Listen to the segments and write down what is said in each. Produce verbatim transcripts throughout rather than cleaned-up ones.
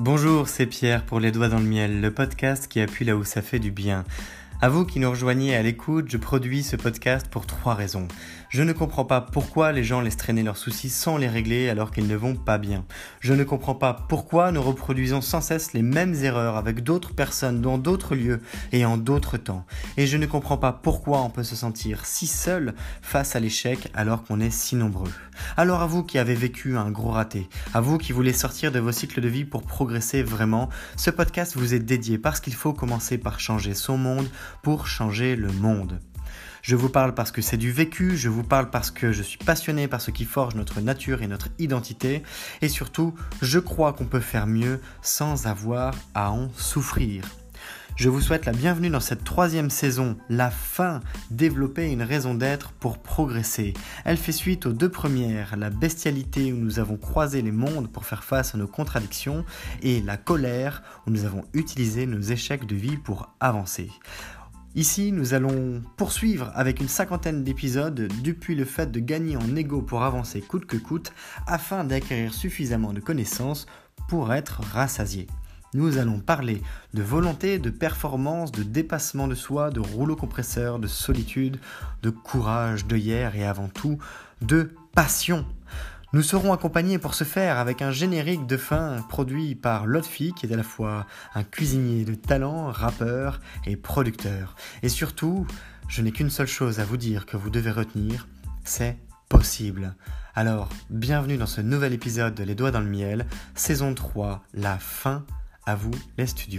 Bonjour, c'est Pierre pour Les Doigts dans le Miel, le podcast qui appuie là où ça fait du bien. À vous qui nous rejoignez à l'écoute, je produis ce podcast pour trois raisons. Je ne comprends pas pourquoi les gens laissent traîner leurs soucis sans les régler alors qu'ils ne vont pas bien. Je ne comprends pas pourquoi nous reproduisons sans cesse les mêmes erreurs avec d'autres personnes dans d'autres lieux et en d'autres temps. Et je ne comprends pas pourquoi on peut se sentir si seul face à l'échec alors qu'on est si nombreux. Alors à vous qui avez vécu un gros raté, à vous qui voulez sortir de vos cycles de vie pour progresser vraiment, ce podcast vous est dédié parce qu'il faut commencer par changer son monde pour changer le monde. Je vous parle parce que c'est du vécu, je vous parle parce que je suis passionné par ce qui forge notre nature et notre identité, et surtout, je crois qu'on peut faire mieux sans avoir à en souffrir. Je vous souhaite la bienvenue dans cette troisième saison, la fin, développer une raison d'être pour progresser. Elle fait suite aux deux premières, la bestialité où nous avons croisé les mondes pour faire face à nos contradictions, et la colère où nous avons utilisé nos échecs de vie pour avancer. Ici, nous allons poursuivre avec une cinquantaine d'épisodes depuis le fait de gagner en ego pour avancer coûte que coûte afin d'acquérir suffisamment de connaissances pour être rassasié. Nous allons parler de volonté, de performance, de dépassement de soi, de rouleau compresseur, de solitude, de courage, de hier et avant tout, de passion. Nous serons accompagnés pour ce faire avec un générique de fin produit par Lotfi qui est à la fois un cuisinier de talent, rappeur et producteur. Et surtout, je n'ai qu'une seule chose à vous dire que vous devez retenir, c'est possible. Alors, bienvenue dans ce nouvel épisode de Les Doigts dans le Miel, saison trois, la fin, à vous les studios.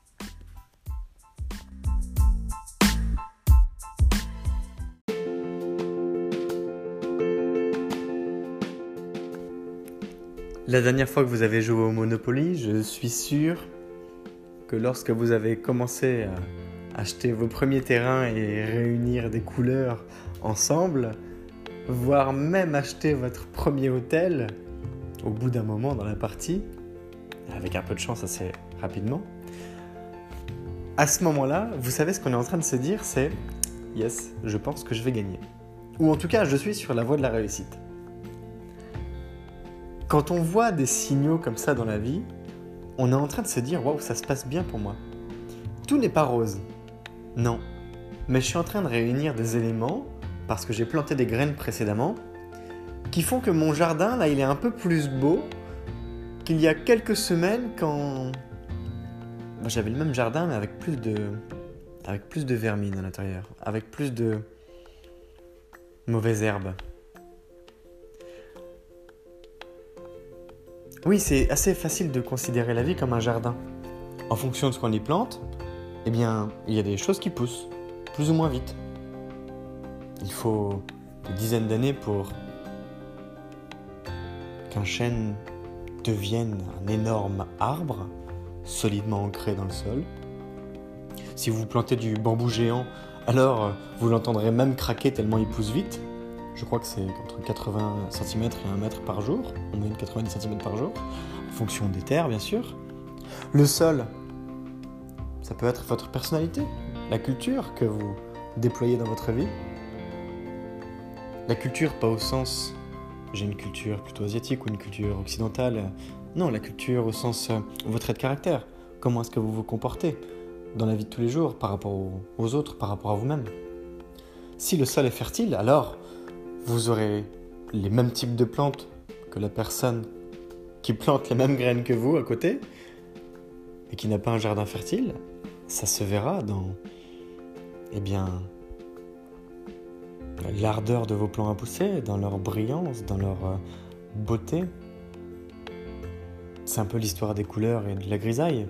La dernière fois que vous avez joué au Monopoly, je suis sûr que lorsque vous avez commencé à acheter vos premiers terrains et réunir des couleurs ensemble, voire même acheter votre premier hôtel, au bout d'un moment dans la partie, avec un peu de chance assez rapidement, à ce moment-là, vous savez ce qu'on est en train de se dire, c'est « Yes, je pense que je vais gagner ». Ou en tout cas, je suis sur la voie de la réussite. Quand on voit des signaux comme ça dans la vie, on est en train de se dire « Waouh, ça se passe bien pour moi ». Tout n'est pas rose. Non. Mais je suis en train de réunir des éléments, parce que j'ai planté des graines précédemment, qui font que mon jardin, là, il est un peu plus beau qu'il y a quelques semaines quand moi, j'avais le même jardin, mais avec plus de, avec plus de vermine à l'intérieur, avec plus de mauvaises herbes. Oui, c'est assez facile de considérer la vie comme un jardin. En fonction de ce qu'on y plante, eh bien, il y a des choses qui poussent, plus ou moins vite. Il faut des dizaines d'années pour qu'un chêne devienne un énorme arbre, solidement ancré dans le sol. Si vous plantez du bambou géant, alors vous l'entendrez même craquer tellement il pousse vite. Je crois que c'est entre quatre-vingts centimètres et un mètre par jour, en moyenne quatre-vingt-dix centimètres par jour, en fonction des terres bien sûr. Le sol, ça peut être votre personnalité, la culture que vous déployez dans votre vie. La culture, pas au sens, j'ai une culture plutôt asiatique ou une culture occidentale. Non, la culture au sens, euh, votre trait de caractère. Comment est-ce que vous vous comportez dans la vie de tous les jours par rapport aux, aux autres, par rapport à vous-même. Si le sol est fertile, alors vous aurez les mêmes types de plantes que la personne qui plante les mêmes graines que vous à côté et qui n'a pas un jardin fertile. Ça se verra dans, eh bien, l'ardeur de vos plants à pousser, dans leur brillance, dans leur euh, beauté. C'est un peu l'histoire des couleurs et de la grisaille.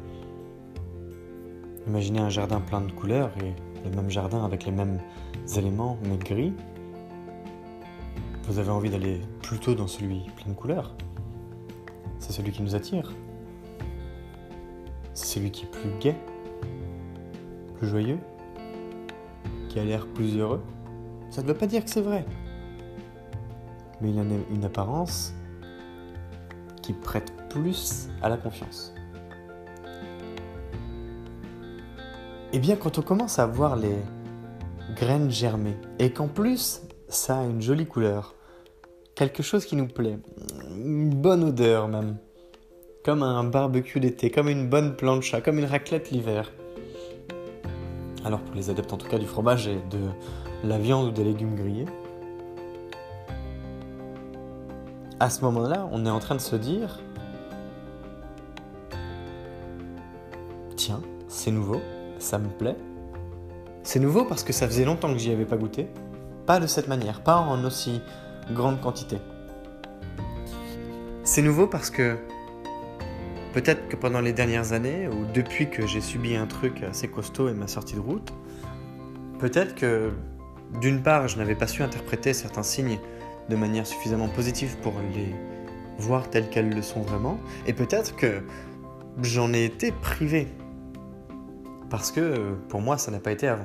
Imaginez un jardin plein de couleurs et le même jardin avec les mêmes éléments, mais gris. Vous avez envie d'aller plutôt dans celui plein de couleurs. C'est celui qui nous attire. C'est celui qui est plus gai, plus joyeux, qui a l'air plus heureux. Ça ne veut pas dire que c'est vrai. Mais il a une apparence qui prête plus à la confiance. Et bien, quand on commence à voir les graines germer, et qu'en plus, ça a une jolie couleur, quelque chose qui nous plaît, une bonne odeur même, comme un barbecue d'été, comme une bonne plancha, comme une raclette l'hiver. Alors pour les adeptes en tout cas du fromage et de la viande ou des légumes grillés, à ce moment-là, on est en train de se dire tiens, c'est nouveau, ça me plaît. C'est nouveau parce que ça faisait longtemps que j'y avais pas goûté. Pas de cette manière, pas en aussi grande quantité. C'est nouveau parce que peut-être que pendant les dernières années, ou depuis que j'ai subi un truc assez costaud et ma sortie de route, peut-être que d'une part, je n'avais pas su interpréter certains signes de manière suffisamment positive pour les voir tels qu'elles le sont vraiment, et peut-être que j'en ai été privé, parce que pour moi, ça n'a pas été avant.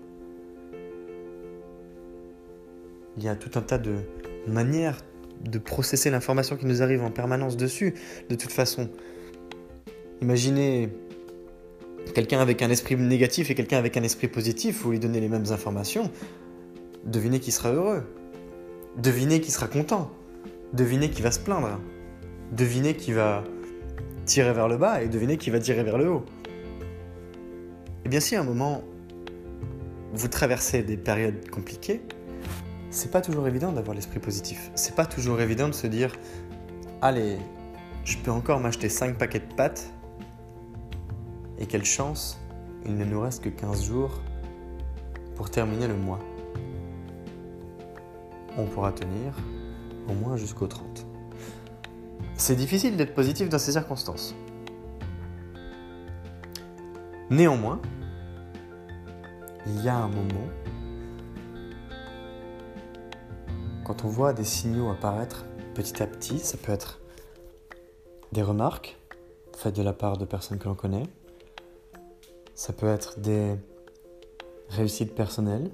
Il y a tout un tas de manières de processer l'information qui nous arrive en permanence dessus, de toute façon. Imaginez quelqu'un avec un esprit négatif et quelqu'un avec un esprit positif, vous lui donnez les mêmes informations, devinez qui sera heureux, devinez qui sera content, devinez qui va se plaindre, devinez qui va tirer vers le bas et devinez qui va tirer vers le haut. Et bien si à un moment vous traversez des périodes compliquées, c'est pas toujours évident d'avoir l'esprit positif. C'est pas toujours évident de se dire allez, je peux encore m'acheter cinq paquets de pâtes et quelle chance, il ne nous reste que quinze jours pour terminer le mois. On pourra tenir au moins jusqu'au trente. C'est difficile d'être positif dans ces circonstances. Néanmoins, il y a un moment, quand on voit des signaux apparaître petit à petit, ça peut être des remarques faites de la part de personnes que l'on connaît, ça peut être des réussites personnelles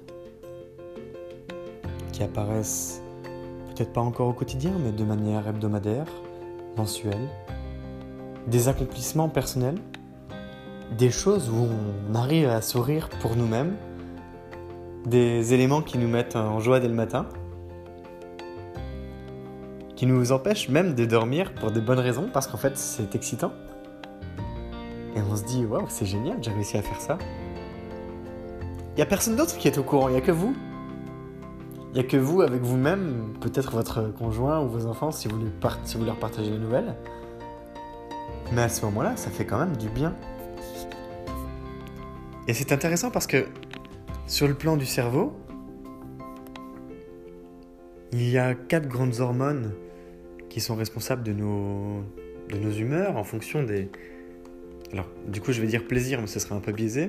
qui apparaissent peut-être pas encore au quotidien, mais de manière hebdomadaire, mensuelle, des accomplissements personnels, des choses où on arrive à sourire pour nous-mêmes, des éléments qui nous mettent en joie dès le matin, qui nous empêchent même de dormir pour des bonnes raisons, parce qu'en fait c'est excitant. Et on se dit, waouh, c'est génial, j'ai réussi à faire ça. Il n'y a personne d'autre qui est au courant, il n'y a que vous. Il n'y a que vous avec vous-même, peut-être votre conjoint ou vos enfants si vous, part- si vous leur partagez les nouvelles. Mais à ce moment-là, ça fait quand même du bien. Et c'est intéressant parce que sur le plan du cerveau, il y a quatre grandes hormones qui sont responsables de nos, de nos humeurs en fonction des... Alors, du coup, je vais dire plaisir, mais ce serait un peu biaisé.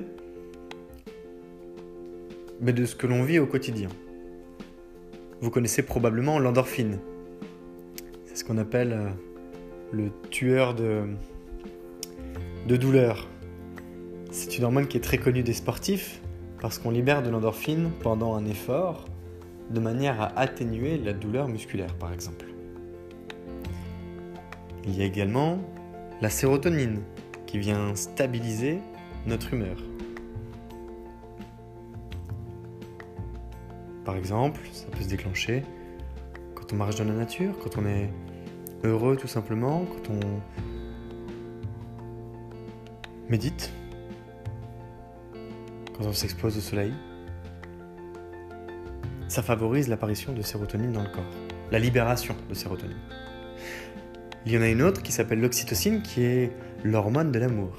Mais de ce que l'on vit au quotidien. Vous connaissez probablement l'endorphine. C'est ce qu'on appelle euh, le tueur de, de douleur. C'est une hormone qui est très connue des sportifs parce qu'on libère de l'endorphine pendant un effort de manière à atténuer la douleur musculaire, par exemple. Il y a également la sérotonine qui vient stabiliser notre humeur. Par exemple, ça peut se déclencher quand on marche dans la nature, quand on est heureux tout simplement, quand on médite, quand on s'expose au soleil. Ça favorise l'apparition de sérotonine dans le corps, la libération de sérotonine. Il y en a une autre qui s'appelle l'oxytocine, qui est l'hormone de l'amour.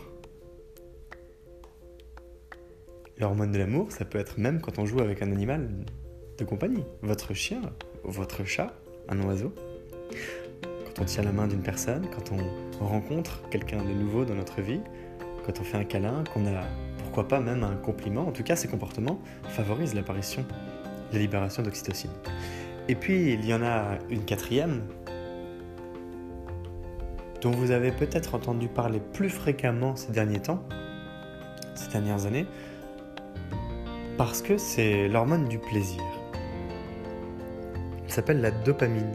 L'hormone de l'amour, ça peut être même quand on joue avec un animal de compagnie, votre chien, votre chat, un oiseau. Quand on tient la main d'une personne, quand on rencontre quelqu'un de nouveau dans notre vie, quand on fait un câlin, qu'on a, pourquoi pas même un compliment, en tout cas ces comportements favorisent l'apparition, la libération d'oxytocine. Et puis il y en a une quatrième, dont vous avez peut-être entendu parler plus fréquemment ces derniers temps, ces dernières années, parce que c'est l'hormone du plaisir. Elle s'appelle la dopamine.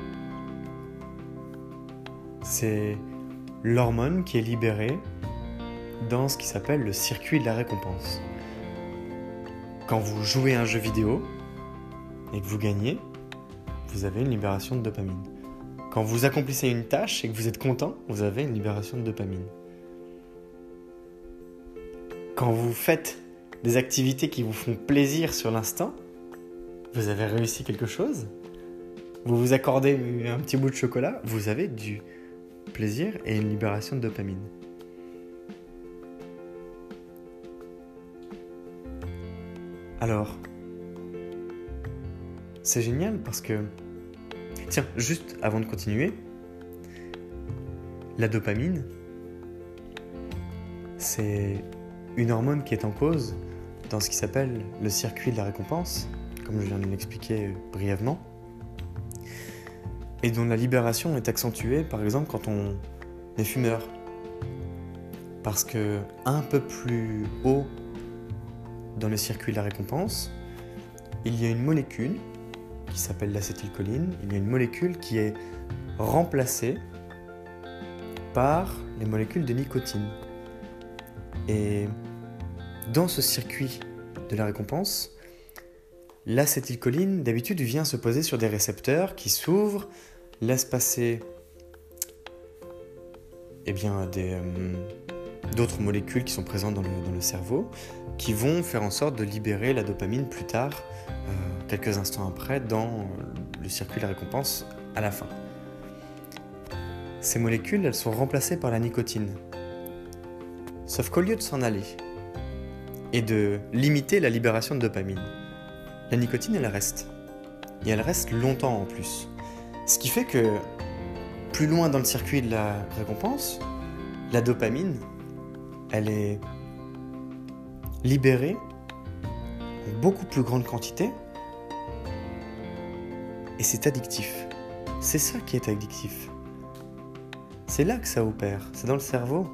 C'est l'hormone qui est libérée dans ce qui s'appelle le circuit de la récompense. Quand vous jouez à un jeu vidéo et que vous gagnez, vous avez une libération de dopamine. Quand vous accomplissez une tâche et que vous êtes content, vous avez une libération de dopamine. Quand vous faites des activités qui vous font plaisir sur l'instant, vous avez réussi quelque chose, vous vous accordez un petit bout de chocolat, vous avez du plaisir et une libération de dopamine. Alors, c'est génial parce que... Tiens, juste avant de continuer, la dopamine, c'est une hormone qui est en cause dans ce qui s'appelle le circuit de la récompense, comme je viens de l'expliquer brièvement, et dont la libération est accentuée, par exemple, quand on est fumeur. Parce que un peu plus haut dans le circuit de la récompense, il y a une molécule qui s'appelle l'acétylcholine. Il y a une molécule qui est remplacée par les molécules de nicotine. Et dans ce circuit de la récompense, l'acétylcholine, d'habitude, vient se poser sur des récepteurs qui s'ouvrent, laissent passer eh bien, des, euh, d'autres molécules qui sont présentes dans le, dans le cerveau, qui vont faire en sorte de libérer la dopamine plus tard, euh, quelques instants après, dans le circuit de la récompense à la fin. Ces molécules, elles sont remplacées par la nicotine. Sauf qu'au lieu de s'en aller et de limiter la libération de dopamine, la nicotine, elle reste. Et elle reste longtemps en plus. Ce qui fait que, plus loin dans le circuit de la récompense, la dopamine, elle est libérée en beaucoup plus grande quantité et c'est addictif. C'est ça qui est addictif. C'est là que ça opère, c'est dans le cerveau.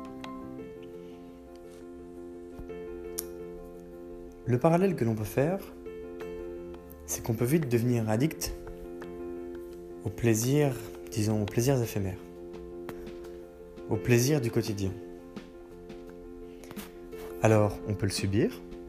Le parallèle que l'on peut faire, c'est qu'on peut vite devenir addict au plaisir, disons, aux plaisirs éphémères, au plaisir du quotidien. Alors, on peut le subir.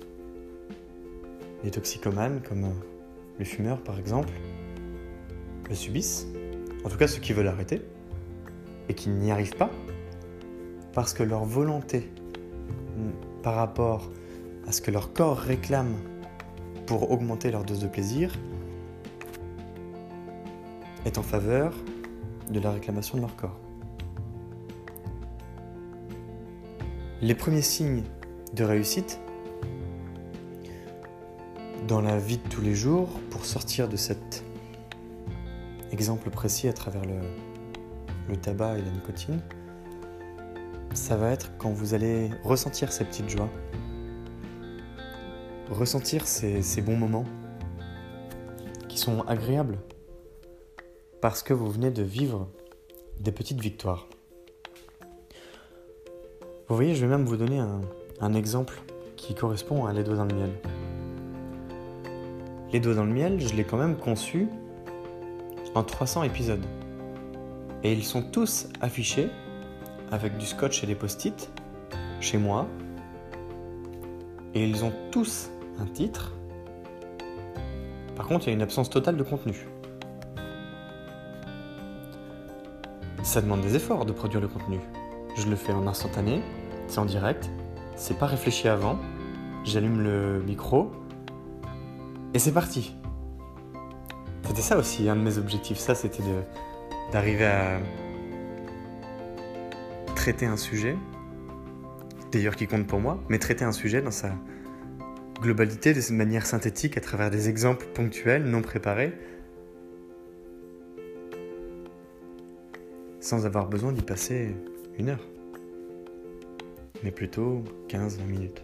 Les toxicomanes, comme les fumeurs par exemple, le subissent. En tout cas, ceux qui veulent arrêter et qui n'y arrivent pas, parce que leur volonté par rapport à ce que leur corps réclame pour augmenter leur dose de plaisir est en faveur de la réclamation de leur corps. Les premiers signes de réussite dans la vie de tous les jours, pour sortir de cet exemple précis à travers le, le tabac et la nicotine, ça va être quand vous allez ressentir ces petites joies, ressentir ces, ces bons moments qui sont agréables parce que vous venez de vivre des petites victoires. Vous voyez, je vais même vous donner un, un exemple qui correspond à Les Doigts dans le miel. Les Doigts dans le miel, je l'ai quand même conçu en trois cents épisodes. Et ils sont tous affichés avec du scotch et des post-it chez moi. Et ils ont tous un titre. Par contre, il y a une absence totale de contenu. Ça demande des efforts de produire le contenu. Je le fais en instantané, c'est en direct, c'est pas réfléchi avant, j'allume le micro et c'est parti. C'était ça aussi, un de mes objectifs, ça c'était de, d'arriver à traiter un sujet, d'ailleurs qui compte pour moi, mais traiter un sujet dans sa globalité, de manière synthétique, à travers des exemples ponctuels, non préparés, sans avoir besoin d'y passer une heure, mais plutôt quinze à vingt minutes.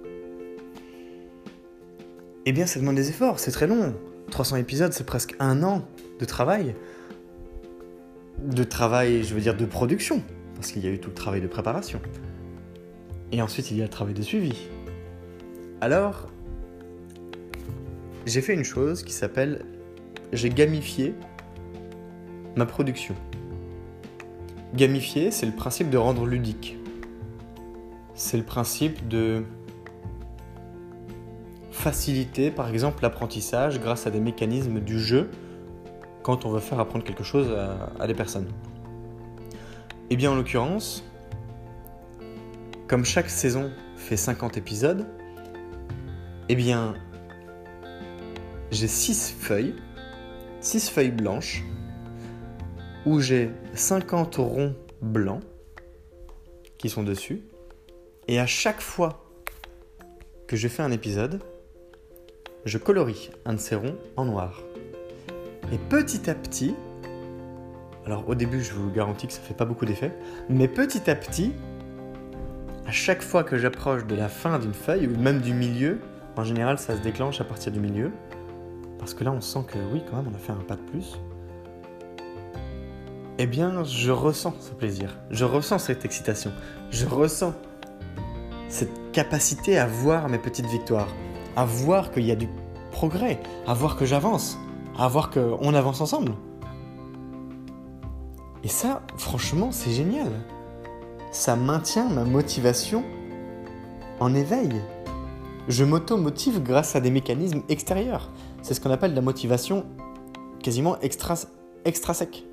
Eh bien, ça demande des efforts, c'est très long. trois cents épisodes, c'est presque un an de travail. De travail, je veux dire de production, parce qu'il y a eu tout le travail de préparation. Et ensuite, il y a le travail de suivi. Alors, j'ai fait une chose qui s'appelle... J'ai gamifié ma production. Gamifier, c'est le principe de rendre ludique. C'est le principe de faciliter, par exemple, l'apprentissage grâce à des mécanismes du jeu quand on veut faire apprendre quelque chose à, à des personnes. Et bien en l'occurrence, comme chaque saison fait cinquante épisodes, eh bien j'ai six feuilles, six feuilles blanches, où j'ai cinquante ronds blancs qui sont dessus. Et à chaque fois que je fais un épisode, je colorie un de ces ronds en noir. Et petit à petit, alors au début je vous garantis que ça ne fait pas beaucoup d'effet, mais petit à petit, à chaque fois que j'approche de la fin d'une feuille, ou même du milieu, en général ça se déclenche à partir du milieu, parce que là on sent que oui quand même on a fait un pas de plus, eh bien je ressens ce plaisir, je ressens cette excitation, je ressens cette capacité à voir mes petites victoires, à voir qu'il y a du progrès, à voir que j'avance, à voir qu'on avance ensemble. Et ça, franchement, c'est génial. Ça maintient ma motivation en éveil. Je m'auto-motive grâce à des mécanismes extérieurs. C'est ce qu'on appelle la motivation quasiment extra, extrinsèque.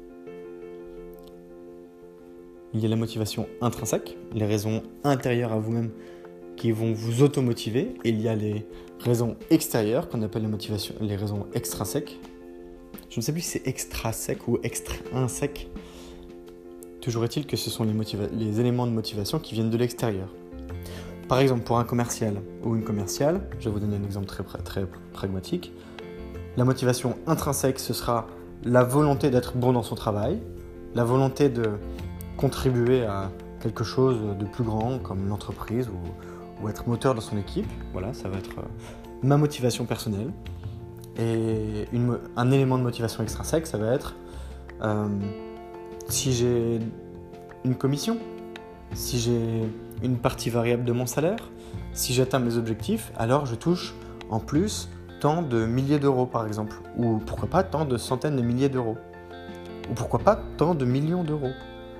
Il y a la motivation intrinsèque, les raisons intérieures à vous-même qui vont vous automotiver, et il y a les raisons extérieures qu'on appelle les motivations, les raisons extrinsèques. Je ne sais plus si c'est extrinsèque ou extrinsèque. Toujours est-il que ce sont les, motiva- les éléments de motivation qui viennent de l'extérieur. Par exemple, pour un commercial ou une commerciale, je vais vous donner un exemple très, très pragmatique. La motivation intrinsèque, ce sera la volonté d'être bon dans son travail, la volonté de contribuer à quelque chose de plus grand comme l'entreprise ou, ou être moteur dans son équipe. Voilà, ça va être euh, ma motivation personnelle. Et une, un élément de motivation extrinsèque, ça va être euh, si j'ai une commission, si j'ai une partie variable de mon salaire, si j'atteins mes objectifs, alors je touche en plus tant de milliers d'euros par exemple, ou pourquoi pas tant de centaines de milliers d'euros, ou pourquoi pas tant de millions d'euros.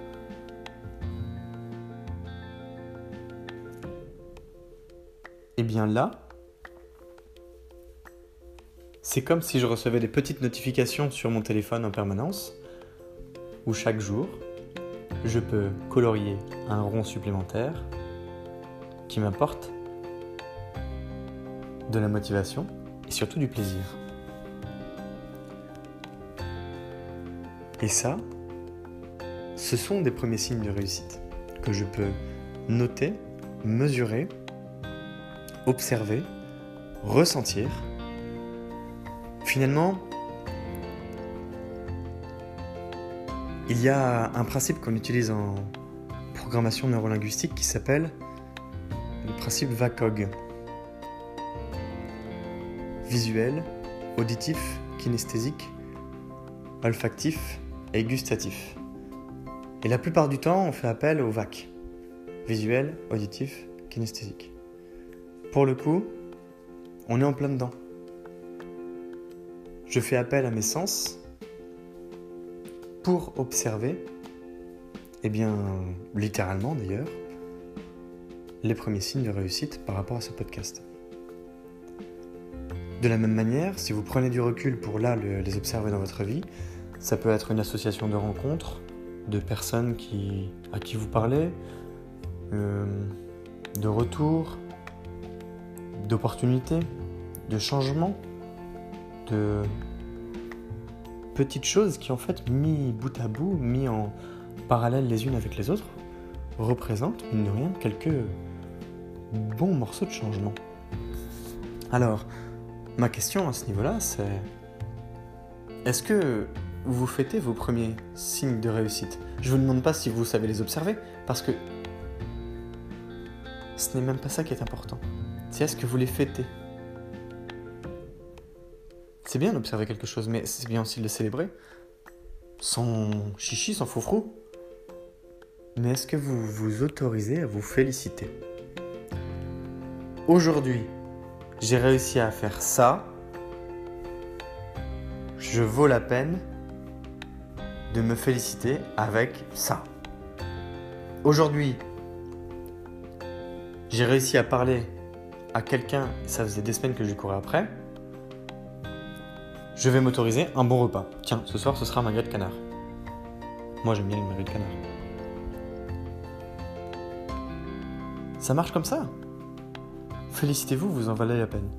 Et bien là, c'est comme si je recevais des petites notifications sur mon téléphone en permanence, où chaque jour, je peux colorier un rond supplémentaire qui m'apporte de la motivation et surtout du plaisir. Et ça, ce sont des premiers signes de réussite que je peux noter, mesurer, observer, ressentir. Finalement, il y a un principe qu'on utilise en programmation neurolinguistique qui s'appelle le principe V A C O G. Visuel, auditif, kinesthésique, olfactif et gustatif. Et la plupart du temps, on fait appel au V A C. Visuel, auditif, kinesthésique. Pour le coup, on est en plein dedans. Je fais appel à mes sens pour observer, et bien littéralement d'ailleurs, les premiers signes de réussite par rapport à ce podcast. De la même manière, si vous prenez du recul pour là le, les observer dans votre vie, ça peut être une association de rencontres, de personnes qui, à qui vous parlez, euh, de retours, d'opportunités, de changements, de petites choses qui en fait, mis bout à bout, mis en parallèle les unes avec les autres, représentent, mine de rien, quelques bons morceaux de changement. Alors, ma question à ce niveau-là, c'est est-ce que vous fêtez vos premiers signes de réussite ? Je ne vous demande pas si vous savez les observer, parce que ce n'est même pas ça qui est important. C'est est-ce que vous les fêtez ? C'est bien d'observer quelque chose, mais c'est bien aussi de le célébrer, sans chichi, sans froufrou. Mais est-ce que vous vous autorisez à vous féliciter ? Aujourd'hui, j'ai réussi à faire ça. Je vaux la peine de me féliciter avec ça. Aujourd'hui, j'ai réussi à parler à quelqu'un, ça faisait des semaines que je lui courais après. je vais m'autoriser un bon repas. Tiens, ce soir, ce sera magret de canard. Moi, j'aime bien le magret de canard. Ça marche comme ça? Félicitez-vous, vous en valez la peine.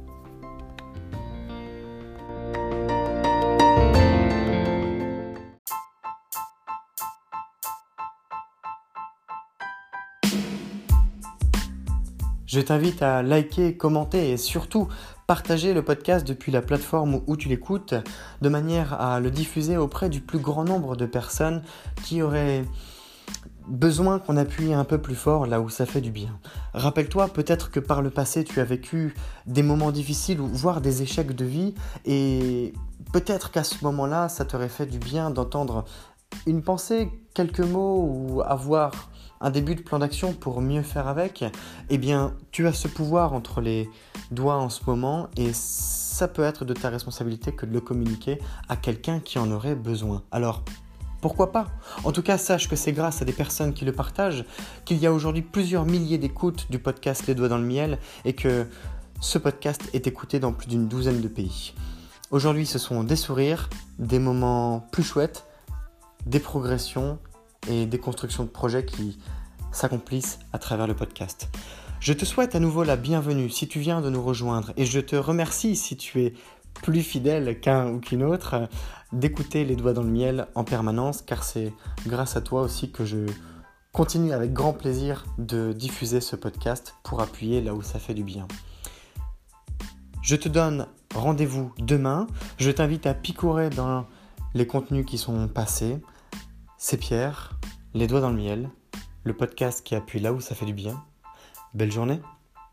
Je t'invite à liker, commenter et surtout partager le podcast depuis la plateforme où tu l'écoutes de manière à le diffuser auprès du plus grand nombre de personnes qui auraient besoin qu'on appuie un peu plus fort là où ça fait du bien. Rappelle-toi peut-être que par le passé tu as vécu des moments difficiles ou voire des échecs de vie et peut-être qu'à ce moment-là ça t'aurait fait du bien d'entendre une pensée, quelques mots ou avoir un début de plan d'action pour mieux faire avec. Eh bien, tu as ce pouvoir entre les doigts en ce moment et ça peut être de ta responsabilité que de le communiquer à quelqu'un qui en aurait besoin. Alors, pourquoi pas? En tout cas, sache que c'est grâce à des personnes qui le partagent qu'il y a aujourd'hui plusieurs milliers d'écoutes du podcast Les Doigts dans le Miel et que ce podcast est écouté dans plus d'une douzaine de pays. Aujourd'hui, ce sont des sourires, des moments plus chouettes, des progressions et des constructions de projets qui s'accomplissent à travers le podcast. Je te souhaite à nouveau la bienvenue si tu viens de nous rejoindre et je te remercie si tu es plus fidèle qu'un ou qu'une autre d'écouter Les Doigts dans le Miel en permanence car c'est grâce à toi aussi que je continue avec grand plaisir de diffuser ce podcast pour appuyer là où ça fait du bien. Je te donne rendez-vous demain. Je t'invite à picorer dans les contenus qui sont passés. C'est Pierre, Les Doigts dans le Miel, le podcast qui appuie là où ça fait du bien. Belle journée.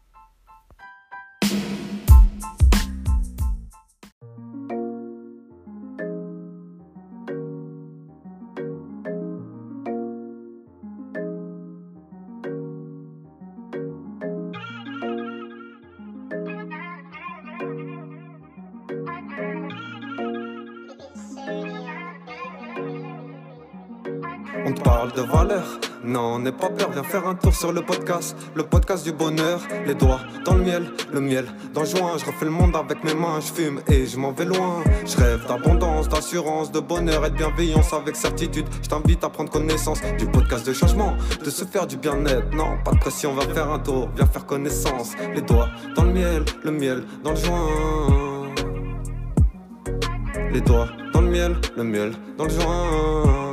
On te parle de valeur, non, n'aie pas peur, viens faire un tour sur le podcast. Le podcast du bonheur, les doigts dans le miel, le miel dans le joint. Je refais le monde avec mes mains, je fume et je m'en vais loin. Je rêve d'abondance, d'assurance, de bonheur et de bienveillance avec certitude. Je t'invite à prendre connaissance du podcast de changement, de se faire du bien-être. Non, pas de pression, viens faire un tour, viens faire connaissance. Les doigts dans le miel, le miel dans le joint. Les doigts dans le miel, le miel dans le joint.